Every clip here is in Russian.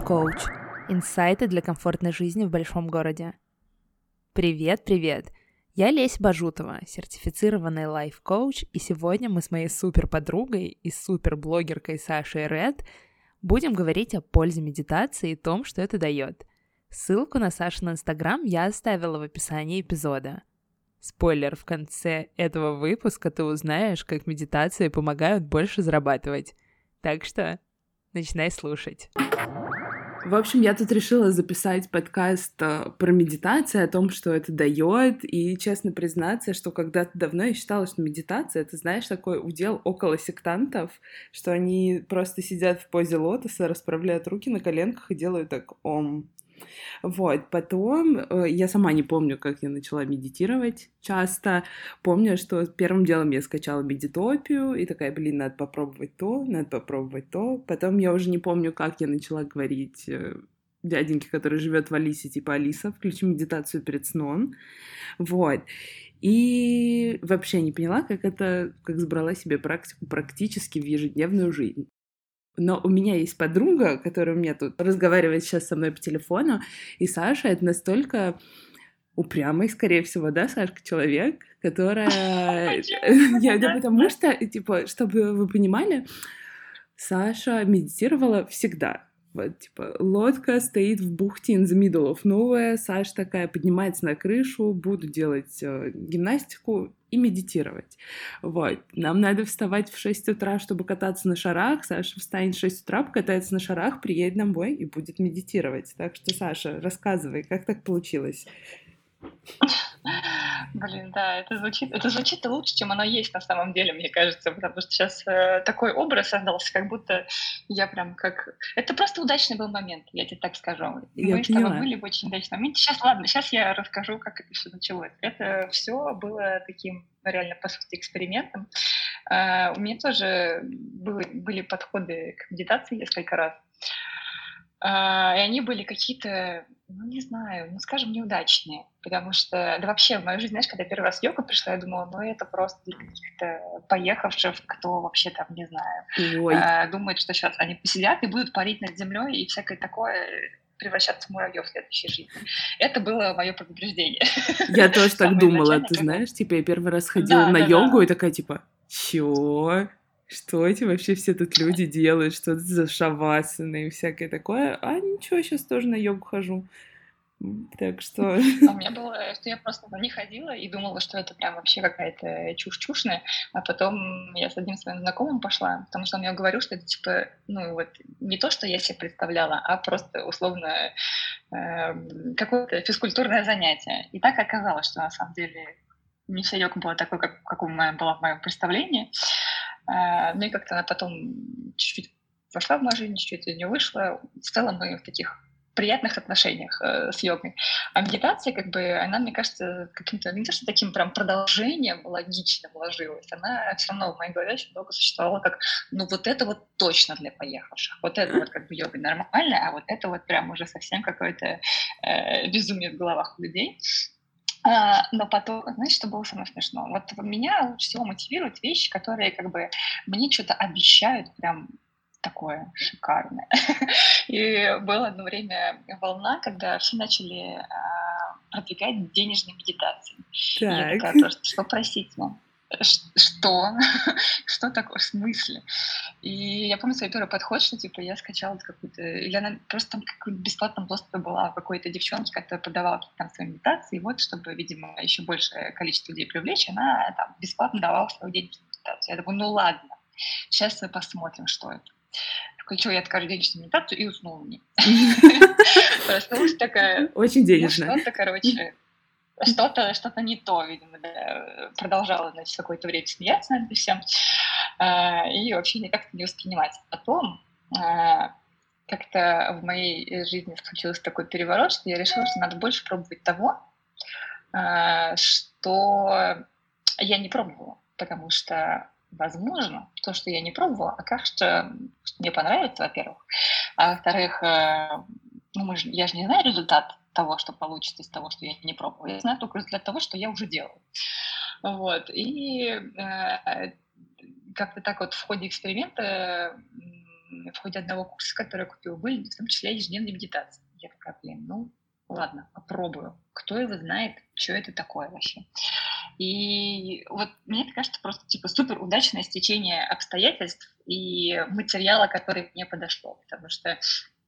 Коуч. Инсайты для комфортной жизни в большом городе. Привет! Я Леся Бажутова, сертифицированный лайф-коуч, и сегодня мы с моей супер-подругой и супер-блогеркой Сашей Ред будем говорить о пользе медитации и том, что это дает. Ссылку на Сашин инстаграм я оставила в описании эпизода. Спойлер, в конце этого выпуска ты узнаешь, как медитации помогают больше зарабатывать. Так что начинай слушать. В общем, я тут решила записать подкаст про медитацию, о том, что это дает, и честно признаться, что когда-то давно я считала, что медитация — это, знаешь, такой удел около сектантов, что они просто сидят в позе лотоса, расправляют руки на коленках и делают так «ом». Вот, потом я сама не помню, как я начала медитировать часто. Помню, что первым делом я скачала Медитопию и такая, надо попробовать то. Потом я уже не помню, как я начала говорить дяденьке, который живет в Алисе, типа: «Алиса, включи медитацию перед сном». Вот. И вообще не поняла, как забрала себе практику практически в ежедневную жизнь. Но у меня есть подруга, которая у меня тут разговаривает сейчас со мной по телефону, и Саша — это настолько упрямый, скорее всего, да, Сашка, человек, которая... Да потому что, типа, чтобы вы понимали, Саша медитировала всегда. Вот, типа, лодка стоит в бухте in the middle of nowhere, Саша такая поднимается на крышу, буду делать гимнастику и медитировать. Вот. Нам надо вставать в 6 утра, чтобы кататься на шарах. Саша встанет в 6 утра, покатается на шарах, приедет домой и будет медитировать. Так что, Саша, рассказывай, как так получилось? Да, это звучит лучше, чем оно есть на самом деле, мне кажется, потому что сейчас такой образ создался, как будто я прям как... Это просто удачный был момент, я тебе так скажу. Мы с тобой были в очень удачном моменте. Сейчас я расскажу, как это все началось. Это все было таким, реально, по сути, экспериментом. У меня тоже были подходы к медитации несколько раз. И они были какие-то, не знаю, скажем, неудачные. Потому что, да вообще, в мою жизнь, знаешь, когда я первый раз в йогу пришла, я думала, это просто для каких-то поехавших, кто вообще там, не знаю, думает, что сейчас они посидят и будут парить над землей и всякое такое, превращаться в муравьев в следующей жизни. Это было мое предупреждение. Я тоже так думала, ты знаешь, типа, я первый раз ходила на йогу и такая, типа, чё? Что эти вообще все тут люди делают, что это за шавасаны и всякое такое. А ничего, сейчас тоже на йогу хожу. Так что... У меня было, что я просто не ходила и думала, что это прям вообще какая-то чушь-чушная, а потом я с одним своим знакомым пошла, потому что он мне говорил, что это типа, не то, что я себе представляла, а просто условно какое-то физкультурное занятие. И так оказалось, что на самом деле не вся йога была такой, какой была в моем представлении. Ну и как-то она потом чуть-чуть вошла в мою жизнь, чуть-чуть из нее вышла. В целом мы в таких приятных отношениях с йогой. А медитация, она, мне кажется, каким-то, не то, что таким прям продолжением логично вложилась, она все равно в моей голове очень долго существовала как, вот это вот точно для поехавших. Вот это вот йога нормальная, а вот это вот прям уже совсем какое-то безумие в головах у людей. Но потом, знаешь, что было самое смешное? Вот меня лучше всего мотивируют вещи, которые мне что-то обещают прям такое шикарное. И было одно время волна, когда все начали продвигать денежные медитации. И я такая просто, что, простите, что? Что такое, в смысле? И я помню свой первый подход, что я скачала какую-то... Или она просто там в бесплатном доступе была какой-то девчонки, которая продавала там свои медитации, и вот, чтобы, видимо, еще большее количество людей привлечь, она там бесплатно давала свою денежную медитацию. Я думаю, ладно, сейчас мы посмотрим, что это. Включила я каждую денежную медитацию и уснула в ней. Проснулась такая... Очень денежно. Что-то, короче... Что-то не то, видимо, да. Продолжала, какое-то время смеяться над этим всем и вообще никак не воспринимать. Потом как-то в моей жизни случился такой переворот, что я решила, что надо больше пробовать того, что я не пробовала, потому что, возможно, то, что я не пробовала, окажется, что мне понравится, во-первых, а во-вторых, я же не знаю результат того, что получится из того, что я не пробовала. Я знаю только результат того, что я уже делаю. Вот. И как-то так вот в ходе эксперимента, в ходе одного курса, который я купила, были в том числе ежедневные медитации. Я такая, ну, ладно, попробую. Кто его знает, что это такое вообще. И вот мне кажется, просто типа супер удачное стечение обстоятельств и материала, который мне подошло, потому что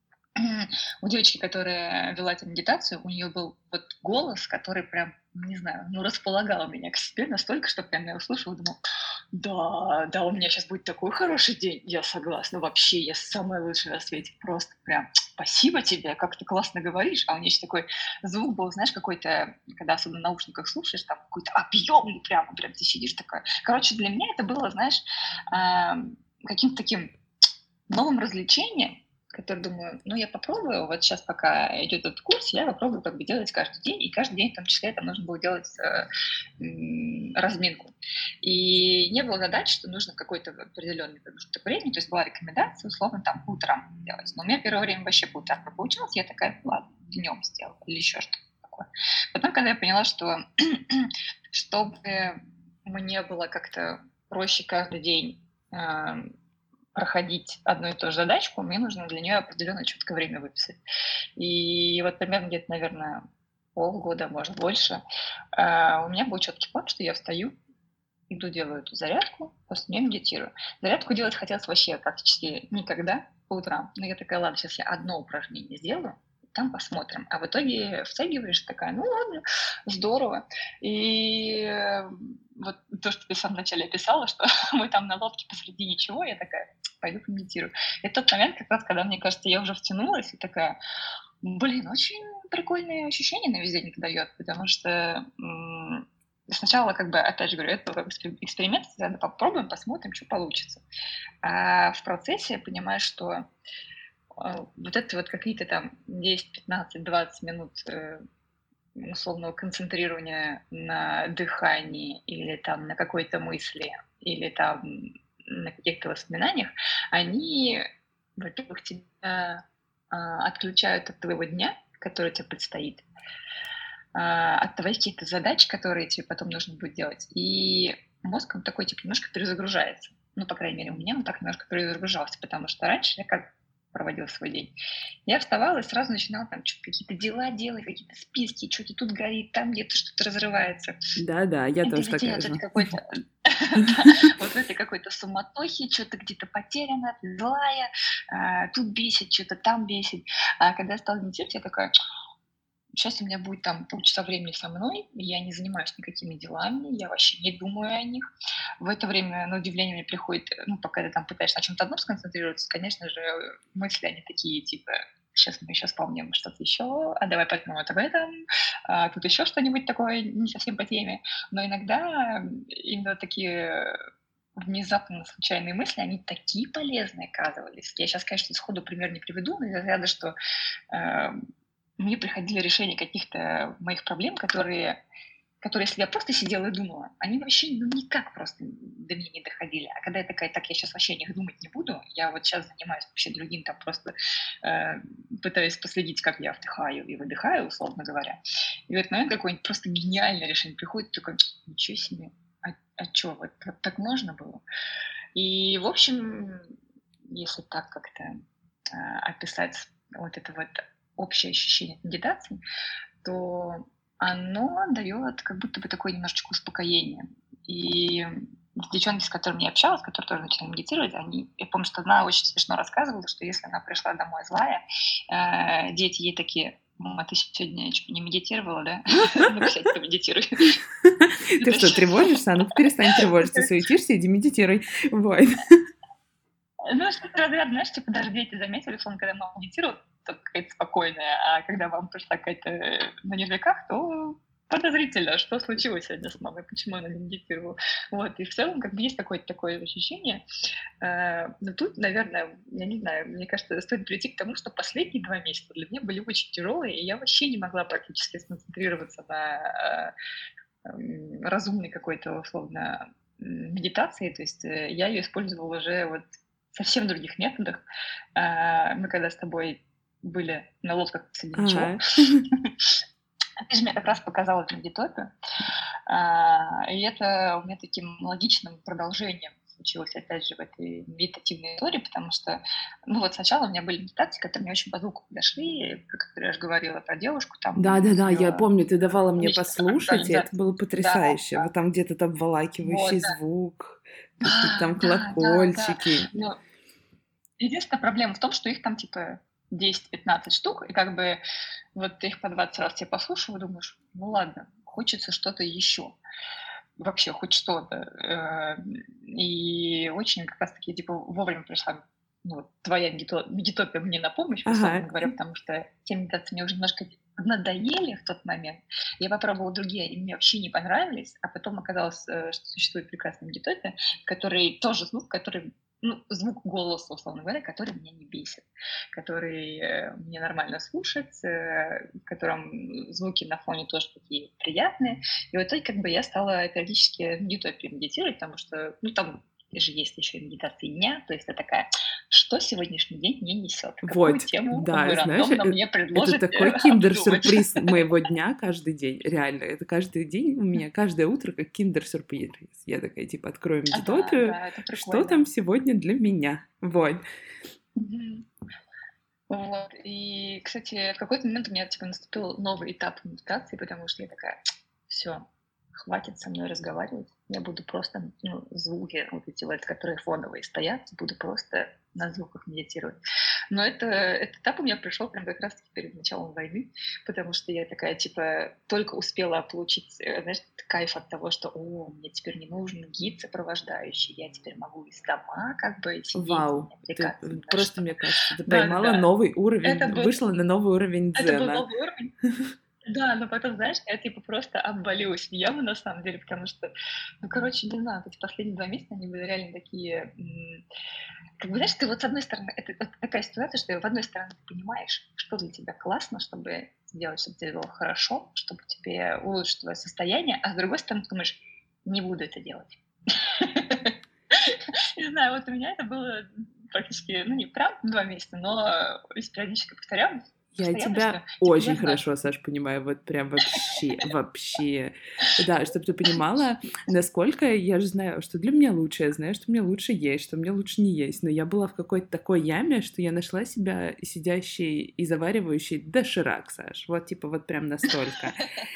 у девочки, которая вела эту медитацию, у нее был вот голос, который прям, не знаю, располагал меня к себе настолько, что прям я услышала, думала, да, у меня сейчас будет такой хороший день, я согласна, вообще, я самая лучшая на свете, просто прям спасибо тебе, как ты классно говоришь, а у нее еще такой звук был, знаешь, какой-то, когда особенно в наушниках слушаешь, там какой-то объемный прям ты сидишь такая. Короче, для меня это было, знаешь, каким-то таким новым развлечением, который думаю, я попробую, вот сейчас пока идет этот курс, я попробую делать каждый день, и каждый день в том числе там нужно было делать разминку. И не было задачи, что нужно какой-то определенный промежуток времени, то есть была рекомендация, условно, там, по утрам делать. Но у меня первое время вообще по утрам получалось, я такая, ладно, днем сделала или еще что-то такое. Потом, когда я поняла, что чтобы мне было как-то проще каждый день проходить одну и ту же задачку, мне нужно для нее определенное четкое время выписать. И вот примерно где-то, наверное, полгода, может, больше, у меня был четкий план, что я встаю, иду делаю эту зарядку, после нее медитирую. Зарядку делать хотелось вообще практически никогда по утрам. Но я такая, ладно, сейчас я одно упражнение сделаю, там посмотрим. А в итоге втягиваешь, такая, ну ладно, здорово. И вот то, что ты в самом начале описала, что мы там на лодке посреди ничего, я такая, пойду помедитирую. Это тот момент, как раз, когда, мне кажется, я уже втянулась и такая, очень прикольные ощущения на весь день это дает, потому что сначала, опять же говорю, это эксперимент, надо попробуем, посмотрим, что получится. А в процессе я понимаю, что вот это вот какие-то там 10, 15, 20 минут условного концентрирования на дыхании или там на какой-то мысли, или там на каких-то воспоминаниях, они, во-первых, тебя отключают от твоего дня, который тебе предстоит, от твоих каких-то задач, которые тебе потом нужно будет делать. И мозг, он такой, немножко перезагружается. По крайней мере, у меня он так немножко перезагружался, потому что раньше я как проводила свой день. Я вставала и сразу начинала там что-то какие-то дела делать, какие-то списки, что-то тут горит, там где-то что-то разрывается. Да, я тоже такая же. Вот в этой какой-то суматохе, что-то где-то потеряно, злая, тут бесит, что-то там бесит. А когда я стала медитировать, я такая, сейчас у меня будет там полчаса времени со мной, я не занимаюсь никакими делами, я вообще не думаю о них. В это время, на удивление, мне приходит, пока ты там пытаешься на чем-то одном сконцентрироваться, конечно же, мысли, они такие, сейчас мы еще вспомним что-то еще, а давай подумаем об этом, тут еще что-нибудь такое не совсем по теме. Но иногда именно такие внезапно случайные мысли, они такие полезные оказывались. Я сейчас, конечно, сходу пример не приведу, но из разряда, что мне приходили решения каких-то моих проблем, которые, если я просто сидела и думала, они вообще никак просто до меня не доходили. А когда я такая, так, я сейчас вообще о них думать не буду, я вот сейчас занимаюсь вообще другим, там просто пытаюсь последить, как я вдыхаю и выдыхаю, условно говоря. И в этот момент какое-нибудь просто гениальное решение приходит, такое, ничего себе, а что, вот так можно было? И, в общем, если так как-то описать вот это вот общее ощущение медитации, то оно дает как будто бы такое немножечко успокоение. И девчонки, с которыми я общалась, которые тоже начали медитировать, я помню, что одна очень смешно рассказывала, что если она пришла домой злая, дети ей такие, мама, ты сегодня не медитировала, да? Ну-ка, сядь, помедитируй. Ты что, тревожишься? Ну, перестань тревожиться, суетишься, иди медитируй. Вот. Что-то разряд, знаешь, даже дети заметили, условно, когда мама медитирует, то какая-то спокойная, а когда вам пришла какая-то на нервиках, то подозрительно, что случилось сегодня с мамой, почему она не медитировала. Вот, и в целом есть какое-то такое ощущение. Но тут, наверное, я не знаю, мне кажется, стоит прийти к тому, что последние 2 месяца для меня были очень тяжелые, и я вообще не могла практически сконцентрироваться на разумной какой-то, условно, медитации, то есть я ее использовала уже вот совсем в других методах. Мы когда с тобой были на лодках посреди ничего, ты же мне как раз показала эту медитопию, и это у меня таким логичным продолжением случилось, опять же, в этой медитативной истории, потому что, ну вот сначала у меня были медитации, которые мне очень по звуку подошли, про которые я же говорила, про девушку, там, Да-да-да, я ее помню, ты давала мне лично послушать, и это было да, потрясающе. Вот там где-то вот, обволакивающий да, звук, какие-то там да. колокольчики. Но единственная проблема в том, что их там типа 10-15 штук, и как бы вот ты их по 20 раз тебе послушал, и думаешь, ну ладно, хочется что-то еще. Вообще хоть что-то. И очень как раз-таки типа вовремя пришла ну, твоя медитопия мне на помощь, Ага. условно говоря, потому что те медитации мне уже немножко надоели в тот момент. Я попробовала другие, они мне вообще не понравились, а потом оказалось, что существует прекрасная медитопия, который тоже звук, который ну, звук голоса, условно говоря, который меня не бесит, который мне нормально слушать, в котором звуки на фоне тоже такие приятные. И в итоге как бы я стала периодически в медитопии медитировать, потому что, ну, там же есть еще и медитация дня, то есть это такая, что сегодняшний день мне несет, какую Вот, тему да, вы знаешь, рандомно мне это предложите такой обдумать. киндер-сюрприз моего дня каждый день, реально. Это каждый день у меня, каждое утро как киндер-сюрприз. Я такая, типа, открою медитопию, Да, это что прикольно. там сегодня для меня. Вот. Вот. И, кстати, в какой-то момент у меня типа наступил новый этап медитации, потому что я такая, все, хватит со мной разговаривать, я буду просто, ну, звуки вот эти вот, которые фоновые стоят, буду просто на звуках медитировать. Но этот этап у меня пришел прям как раз-таки перед началом войны, потому что я такая, типа, только успела получить, знаешь, кайф от того, что, о, мне теперь не нужен гид сопровождающий, я теперь могу из дома как бы сидеть, Вау, не ты отвлекаться ни на просто, что. мне кажется, ты поймала Да-да-да. новый уровень, Это был вышла на новый уровень это был дзена. новый уровень. Да, но потом, знаешь, я типа просто обвалилась в яму на самом деле, потому что, ну, короче, не знаю, эти последние 2 месяца, они были реально такие, как бы, знаешь, ты вот с одной стороны, это такая ситуация, что в одной стороны ты понимаешь, что для тебя классно, чтобы сделать, чтобы тебе было хорошо, чтобы тебе улучшить твое состояние, а с другой стороны ты думаешь, не буду это делать. Не знаю, вот у меня это было практически, ну, не прям 2 месяца, но периодически повторялось. Я Постоянно, что тебя типа очень я знаю, хорошо, Саш, понимаю, вот прям вообще. Да, чтобы ты понимала, насколько я же знаю, что для меня лучше, я знаю, что мне лучше есть, что мне лучше не есть, но я была в какой-то такой яме, что я нашла себя сидящей и заваривающей доширак, Саш, вот типа вот прям настолько.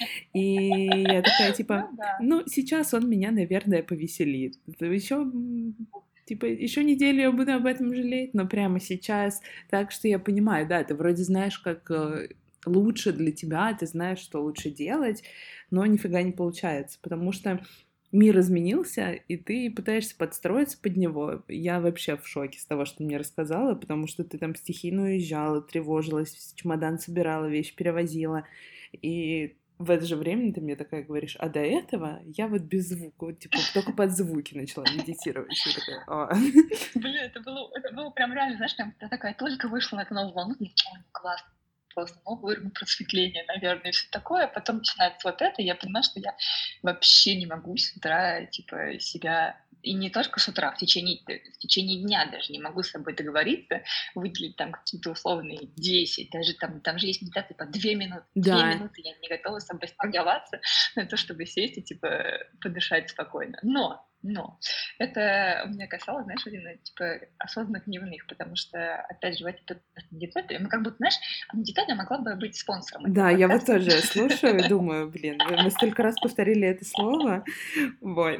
И я такая типа, ну да. ну сейчас он меня, наверное, повеселит. Еще типа, еще неделю я буду об этом жалеть, но прямо сейчас. Так что я понимаю, да, ты вроде знаешь, как лучше для тебя, ты знаешь, что лучше делать, но нифига не получается, потому что мир изменился, и ты пытаешься подстроиться под него. Я вообще в шоке с того, что ты мне рассказала, потому что ты там стихийно уезжала, тревожилась, чемодан собирала, вещи перевозила, и в это же время ты мне такая говоришь, а до этого я вот без звука, вот, типа, только под звуки начала медитировать. Я такая, Блин, это было прям реально, знаешь, прям я такая только вышла на эту новую волну, думаю, ой, ну классно, просто новый уровень просветления, наверное, и все такое. Потом начинается вот это, и я понимаю, что я вообще не могу с утра, типа, себя и не только с утра, в течение дня даже не могу с собой договориться, выделить там какие-то условные 10, даже там же есть медитации по 2 минуты. 2 да, минуты я не готова с собой сторговаться на то, чтобы сесть и, типа, подышать спокойно. Но это у меня касалось, знаешь, именно, типа, осознанных дневных, потому что, опять же, в этой медитации, мы как будто, знаешь, медитация могла бы быть спонсором этого да, я вот подкаста. тоже слушаю и думаю, блин, мы столько раз повторили это слово, вот.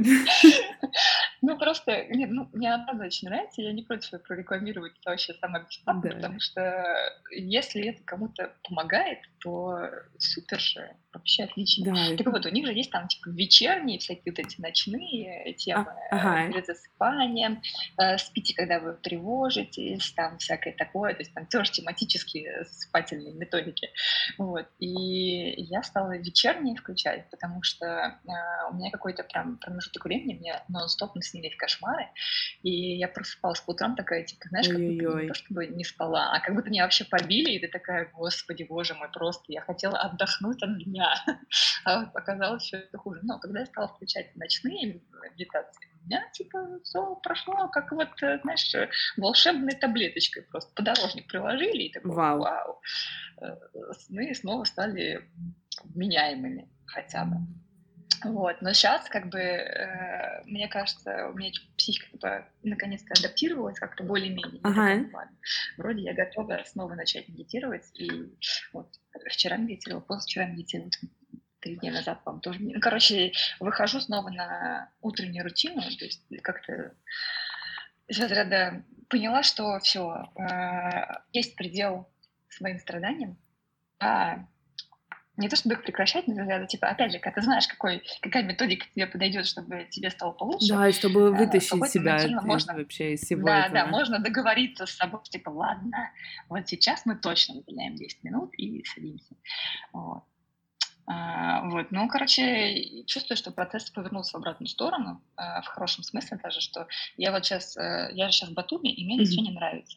Ну, просто, нет, ну, мне она очень нравится, я не против её прорекламировать вообще сама бесплатно, Да, потому что если это кому-то помогает, то супер же, вообще отлично. да, Так вот, у них же есть там, типа, вечерние всякие вот эти ночные темы ага, перед засыпанием, спите, когда вы тревожитесь, там всякое такое, то есть там тоже тематические засыпательные методики. Вот. И я стала вечерние включать, потому что у меня какой-то прям промежуток времени, мне нон-стоп снились кошмары, и я просыпалась по утрам такая, типа, знаешь, как будто не то ой-ой-ой, чтобы не спала, а как будто меня вообще побили, и ты такая, господи, боже мой, просто я хотела отдохнуть от дня, а оказалось все это хуже. Но когда я стала включать ночные медитации, у меня, типа, все прошло, как вот, знаешь, волшебной таблеточкой просто. Подорожник приложили, и такой, вау. вау, сны снова стали вменяемыми хотя бы. Вот, но сейчас, как бы, мне кажется, у меня психика типа, наконец-то адаптировалась как-то более-менее. Я такая, Ага. ну ладно, вроде я готова снова начать медитировать. И вот вчера медитировала, позавчера медитировала, 3 дня назад, по-моему, тоже. Ну, короче, выхожу снова на утреннюю рутину, то есть как-то из разряда поняла, что все, есть предел своим страданиям, а не то чтобы их прекращать, но когда, типа, опять же, когда ты знаешь, какая методика тебе подойдет, чтобы тебе стало получше, Да, и чтобы в вытащить какой-то момент себя все равно можно, вообще из всего да, этого. можно договориться с собой, типа, ладно, вот сейчас мы точно выделяем 10 минут и садимся. Вот. Вот, ну, короче, чувствую, что процесс повернулся в обратную сторону, в хорошем смысле даже, что я вот сейчас, я же сейчас в Батуми, и мне ничего не нравится.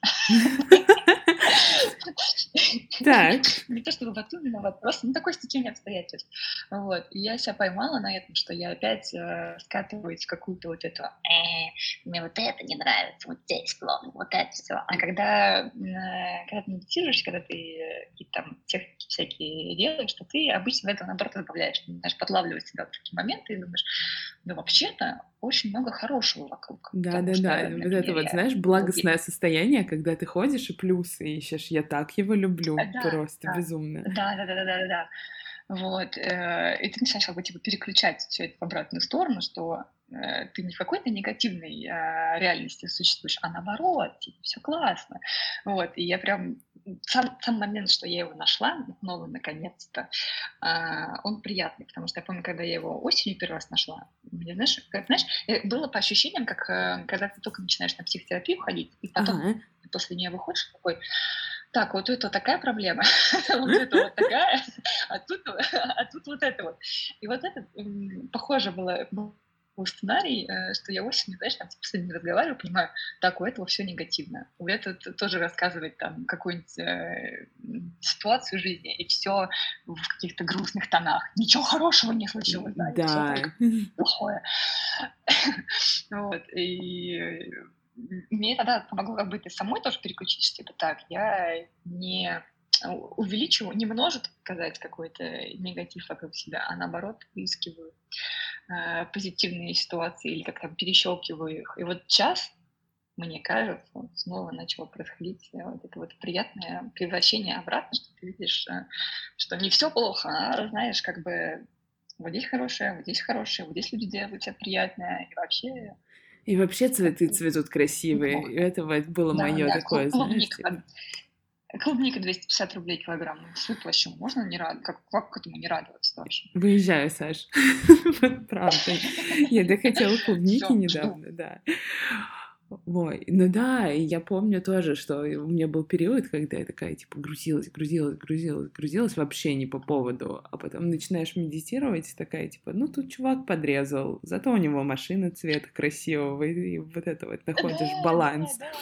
Так. Не то чтобы Батуми, но вот просто такое стечение обстоятельств. Вот. И я себя поймала на этом, что я опять скатываюсь в какую-то вот эту мне вот это не нравится, вот здесь плохо, вот это все. А когда ты медитируешь, когда ты какие-то там техники всякие делаешь, что ты обычно это, наоборот, добавляешь. Ты начинаешь подлавливать себя в такие моменты и думаешь, ну, вообще-то очень много хорошего вокруг. Потому Да-да-да, что, вот это например, вот, я знаешь, благостное состояние, когда ты ходишь и плюсы ищешь. Я так его люблю, Да, просто да, безумно. да. Вот, и ты начинаешь как бы типа переключать все это в обратную сторону, что ты не в какой-то негативной реальности существуешь, а наоборот, типа, все классно. Вот, и я прям сам момент, что я его нашла, снова наконец-то, он приятный, потому что я помню, когда я его осенью первый раз нашла, мне, знаешь, было по ощущениям, как когда ты только начинаешь на психотерапию ходить, и потом Ага. после нее выходишь такой, так, вот это такая проблема, вот это вот такая, а тут вот это вот. И вот это похоже был сценарий, что я осенью, знаешь, там типа с людьми разговариваю, понимаю, так, у этого все негативно. У этого тоже рассказывает там какую-нибудь ситуацию жизни, и все в каких-то грустных тонах. Ничего хорошего не случилось, да, все Да. только плохое. Вот, и мне тогда помогло как бы это самой тоже переключить, что типа так, я не увеличиваю, не множу, так сказать, какой-то негатив вокруг себя, а наоборот выискиваю позитивные ситуации или как-то перещелкиваю их. И вот сейчас, мне кажется, вот снова начало происходить вот это вот приятное превращение обратно, что ты видишь, что не все плохо, а знаешь, как бы вот здесь хорошее, вот здесь люди делают тебя приятное, и вообще И вообще цветы как-то цветут красивые. неплохо. И это вот было Да, мое да, такое, знаешь, клубника. типа. Клубника 250 рублей килограмм. Ну, супер вообще, можно не радоваться? Как к этому не радоваться вообще? Выезжаю, Саш. Вот правда. Я дохотела клубники Все, жду. недавно, да. Ой, ну да, и я помню тоже, что у меня был период, когда я такая, типа, грузилась вообще не по поводу, а потом начинаешь медитировать, и такая, типа, ну, тут чувак подрезал, зато у него машина цвета красивого, и вот это вот Да, находишь да, баланс. да.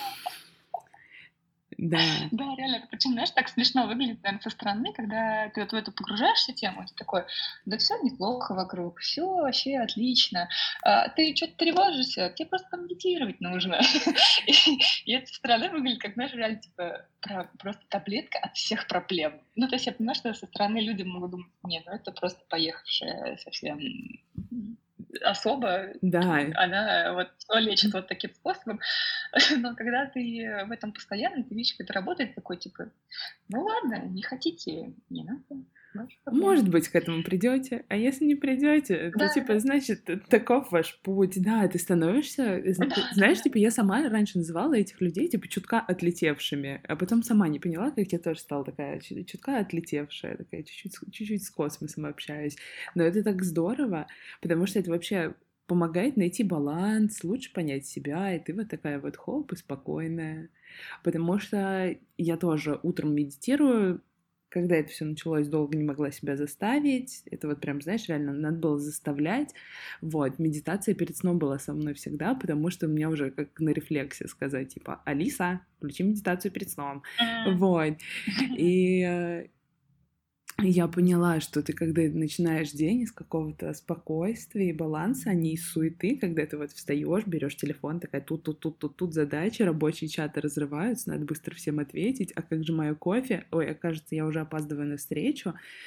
Да, Да, реально, это причем, знаешь, так смешно выглядит, наверное, со стороны, когда ты вот в эту погружаешься тему, ты такой, да все неплохо вокруг, все вообще отлично. Ты что-то тревожишься, тебе просто помедитировать нужно. И это со стороны выглядит, как, знаешь, реально, типа, просто таблетка от всех проблем. Ну, то есть я понимаю, что со стороны люди могут думать, нет, ну это просто поехавшая совсем особо, да. она вот всё лечит вот таким способом. Но когда ты в этом постоянно, ты видишь, как это работает, такой типа, ну ладно, не хотите, не надо, ваши проблемы. Может быть, к этому придете, а если не придете, то, Да, типа, значит, таков ваш путь. Да, ты становишься... Знаешь, да. типа, я сама раньше называла этих людей, типа, чутка отлетевшими, а потом сама не поняла, как я тоже стала такая чутка отлетевшая, такая чуть-чуть с космосом общаюсь. Но это так здорово, потому что это вообще помогает найти баланс, лучше понять себя, и ты вот такая вот хоп, и спокойная. Потому что я тоже утром медитирую, когда это все началось, долго не могла себя заставить. Это вот прям, знаешь, реально надо было заставлять. Вот, медитация перед сном была со мной всегда, потому что у меня уже как на рефлексе сказать, типа, Алиса, включи медитацию перед сном. Вот. И я поняла, что ты, когда начинаешь день из какого-то спокойствия и баланса, а не из суеты, когда ты вот встаешь, берешь телефон, такая тут задачи, рабочие чаты разрываются, надо быстро всем ответить, а как же мое кофе? Ой, окажется, я уже опаздываю на встречу.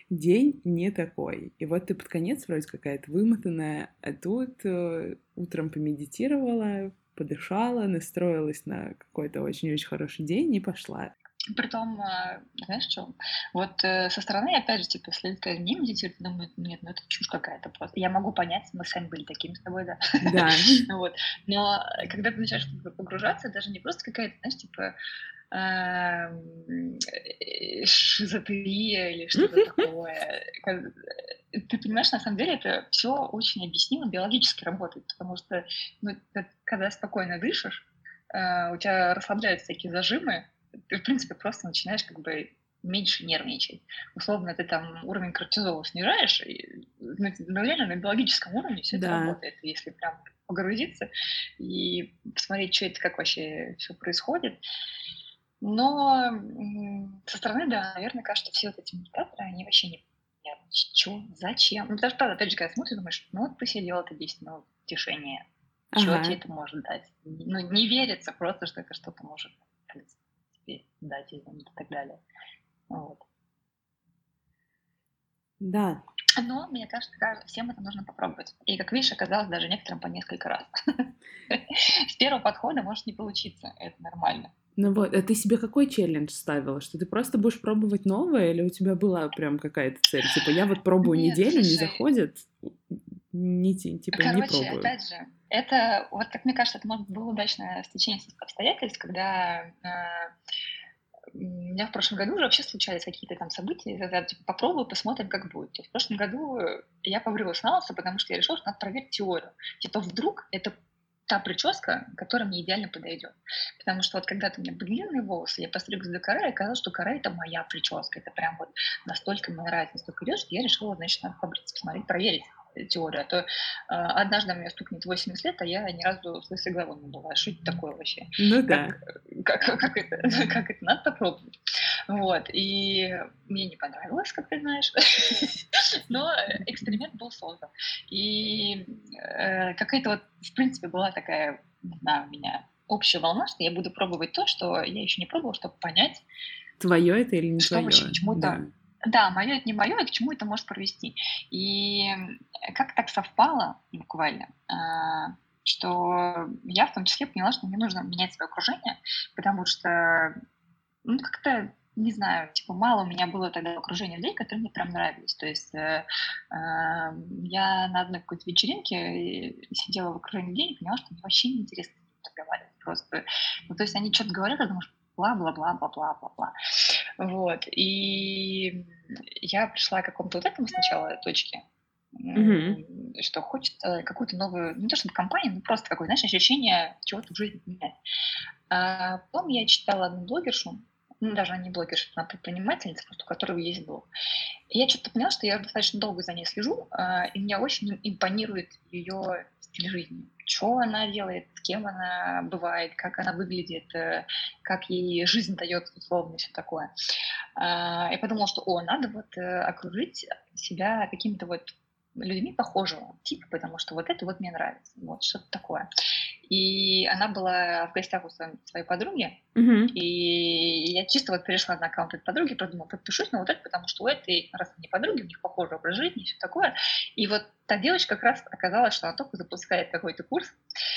день не такой. И вот ты под конец вроде какая-то вымотанная, а тут утром помедитировала, подышала, настроилась на какой-то очень-очень хороший день и пошла. Притом, знаешь, что? Вот со стороны, опять же, типа, если ты не медитируешь, думаю, нет, ну это чушь какая-то просто. Я могу понять, мы сами были такими с тобой, да. Да. Вот. Но когда ты начинаешь погружаться, даже не просто какая-то, знаешь, типа шизотерия или что-то такое. Ты понимаешь, на самом деле это все очень объяснимо, биологически работает, потому что ну, когда спокойно дышишь, у тебя расслабляются всякие зажимы, ты, в принципе, просто начинаешь как бы меньше нервничать. Условно, ты там уровень кортизола снижаешь, и реально на биологическом уровне все это Да. работает. Если прям погрузиться и посмотреть, что это, как вообще все происходит. Но со стороны, да, наверное, кажется, все вот эти медитаторы, они вообще не понятно, что, зачем. Ну, потому что, опять же, когда смотришь, думаешь, ну вот посидела ты 10 минут в тишине, что Ага. тебе это может дать? Ну, не верится просто, что это что-то может тебе дать и так далее. Вот. Да. Но, мне кажется, всем это нужно попробовать. И, как видишь, оказалось даже некоторым по несколько раз. С первого подхода может не получиться, это нормально. Ну вот, а ты себе какой челлендж ставила? Что ты просто будешь пробовать новое, или у тебя была прям какая-то цель? Типа, я вот пробую Нет, неделю, не слушай, заходит, не короче, пробую. опять же, это, вот как мне кажется, это может было удачное стечение обстоятельств, когда у меня в прошлом году уже вообще случались какие-то там события, я типа, попробую, посмотрим, как будет. То есть в прошлом году я побрилась на лысо, потому что я решила, что надо проверить теорию. Типа вдруг это та прическа, которая мне идеально подойдет. Потому что вот когда-то у меня были длинные волосы, я постриглась до коры, и оказалось, что кора — это моя прическа. Это прям вот настолько мне нравится, настолько идет, что я решила, значит, надо побриться, посмотреть, проверить теорию. А то однажды мне стукнет 80 лет, а я ни разу с лысой головой не была. Что это такое вообще? Ну да. Как это надо попробовать. Вот. И мне не понравилось, как ты знаешь. Но эксперимент был создан. И какая-то вот, в принципе, была такая, не знаю, у меня общая волна, что я буду пробовать то, что я еще не пробовала, чтобы понять, твое это или не что вообще, твое. к чему Да. это... Да, мое это не мое, и к чему это может провести. И как так совпало буквально, что я в том числе поняла, что мне нужно менять свое окружение, потому что, ну, как-то, не знаю, типа, мало у меня было тогда окружения людей, которые мне прям нравились. То есть я на одной какой-то вечеринке сидела в окружении людей и поняла, что мне вообще не интересно с ними разговаривать. Просто, ну, то есть они что-то говорят, а думаешь, бла-бла-бла-бла-бла-бла-бла. Вот. И я пришла к какому-то вот этому сначала точке, что хочется какую-то новую, не то чтобы компанию, но просто какое-то, знаешь, ощущение чего-то в жизни менять. А потом я читала одну блогершу, ну, даже она не блогерша, она предпринимательница, просто у которой есть блог. И я что-то поняла, что я достаточно долго за ней слежу, и мне очень импонирует ее стиль жизни. Что она делает, с кем она бывает, как она выглядит, как ей жизнь дает, условно, и все такое. Я подумала, что, надо вот окружить себя какими-то вот людьми похожего типа, потому что вот это вот мне нравится, вот что-то такое. И она была в гостях у своей подруги, и я чисто вот перешла на аккаунт этой подруги, подумала, подпишусь на вот это, потому что у этой, раз они подруги, у них похожий образ жизни и все такое. И вот та девочка как раз оказалась, что она только запускает какой-то курс.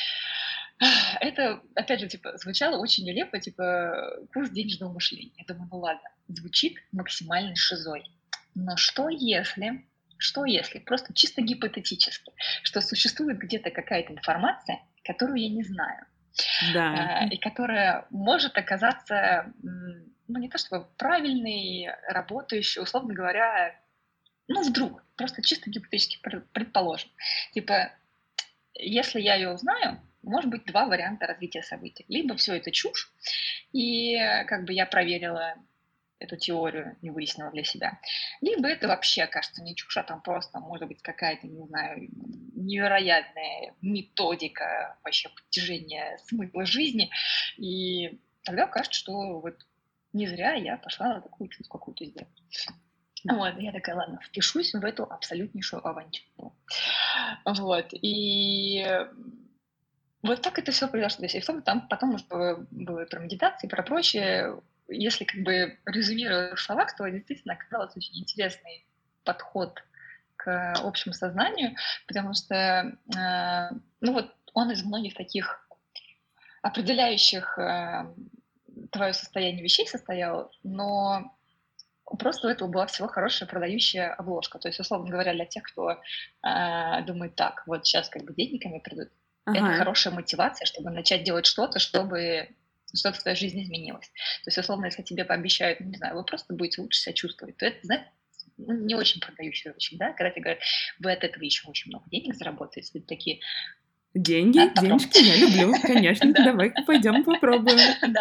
Это, опять же, типа, звучало очень нелепо, типа, курс денежного мышления. Я думаю, ну ладно, звучит максимально шизой. Но что если, просто чисто гипотетически, что существует где-то какая-то информация, которую я не знаю, Да. и которая может оказаться, ну, не то чтобы правильной, работающей, условно говоря, ну, вдруг, просто чисто гипотетически предположим. Типа, если я ее узнаю, может быть, два варианта развития событий. Либо все это чушь, и как бы я проверила эту теорию и выяснила для себя. Либо это вообще, кажется, не чушь, а там просто может быть какая-то, не знаю, невероятная методика вообще постижения смысла жизни. И тогда кажется, что вот не зря я пошла на такую чушь какую-то сделать. Вот, я такая, ладно, впишусь в эту абсолютнейшую авантюру. Вот, и вот так это все произошло. И там потом уже было про медитации, про прочее. Если как бы резюмировать в словах, то действительно оказалось очень интересной подход к общему сознанию, потому что, ну вот, он из многих таких определяющих твое состояние вещей состоял, но просто у этого была всего хорошая продающая обложка. То есть, условно говоря, для тех, кто думает, так, вот сейчас как бы деньги ко мне придут, это хорошая мотивация, чтобы начать делать что-то, чтобы что-то в твоей жизни изменилось. То есть, условно, если тебе пообещают, ну, не знаю, вы просто будете лучше себя чувствовать, то это, знаете, не очень продающая очень, да, когда тебе говорят, вы от этого еще очень много денег заработаете, люди такие... Денежки я люблю, конечно, давай-ка пойдем попробуем.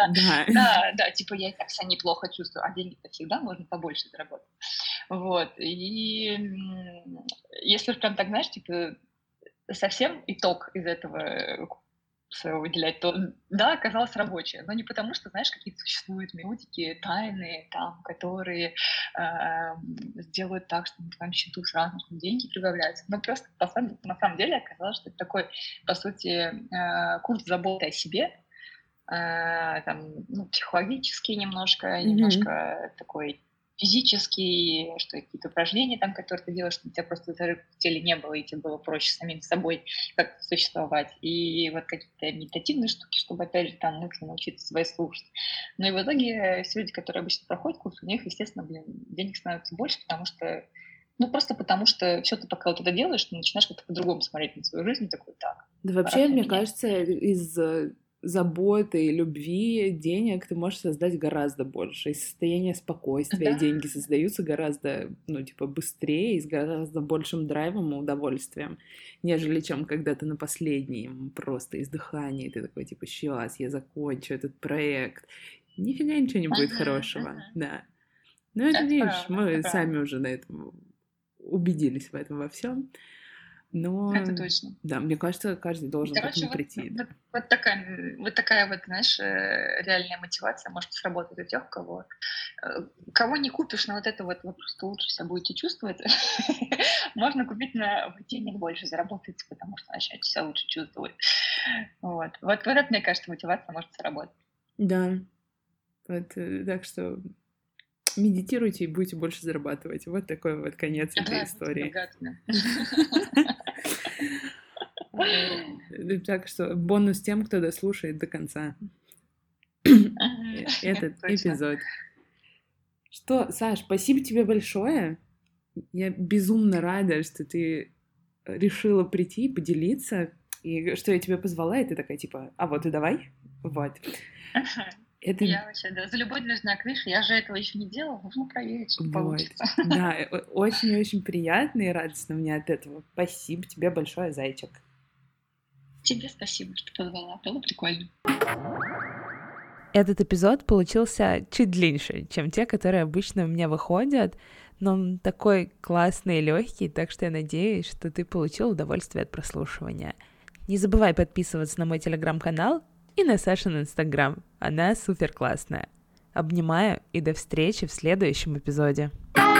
Да, типа я и так себя неплохо чувствую, а деньги-то всегда можно побольше заработать. Вот, и если прям так, знаешь, типа совсем итог из этого выделять, то да, оказалось рабочее, но не потому, что, знаешь, какие-то существуют методики тайные, там, которые сделают так, что на твоем счету сразу деньги прибавляются, но просто на самом деле оказалось, что это такой, по сути, курс заботы о себе, там, ну, психологический немножко такой физический, что какие-то упражнения там, которые ты делаешь, чтобы у тебя просто зарыв в теле не было, и тебе было проще самим собой как-то существовать. И вот какие-то медитативные штуки, чтобы, опять же, там научиться свои слушать. Но и в итоге все люди, которые обычно проходят курс, у них, естественно, денег становится больше, потому что, ну, просто потому что все ты пока вот это делаешь, ты начинаешь как-то по-другому смотреть на свою жизнь, такой, так. Да вообще, мне кажется, из заботы и любви денег ты можешь создать гораздо больше. Из состояния спокойствия деньги создаются гораздо, ну, типа, быстрее, и с гораздо большим драйвом и удовольствием, нежели чем когда ты на последнем просто издыхании, ты такой, типа, сейчас я закончу этот проект. Нифига ничего не будет хорошего, да. Ну, это видишь, мы сами уже на этом убедились в этом во всем. Но, это точно. Да, мне кажется, каждый должен к этому прийти. Вот такая вот, знаешь, реальная мотивация может сработать у тех, кого не купишь на вот это вот, вы просто лучше себя будете чувствовать, можно купить на денег больше, заработать, потому что начнете себя лучше чувствовать. Вот это, мне кажется, мотивация может сработать. Да, так что... медитируйте и будете больше зарабатывать. Вот такой вот конец этой истории. Так что бонус тем, кто дослушает до конца этот эпизод. Что, Саш, спасибо тебе большое. Я безумно рада, что ты решила прийти и поделиться, и что я тебя позвала, и ты такая, типа, а вот и давай. Вот. Это... Я вообще, да, за любой движняк, видишь, я же этого еще не делала, нужно проверить, что получится. Да, очень-очень приятно и радостно мне от этого. Спасибо тебе большое, зайчик. Тебе спасибо, что позвала, было прикольно. Этот эпизод получился чуть длиннее, чем те, которые обычно у меня выходят, но он такой классный и легкий, так что я надеюсь, что ты получил удовольствие от прослушивания. Не забывай подписываться на мой телеграм-канал и на Сашин инстаграм. Она супер классная. Обнимаю и до встречи в следующем эпизоде.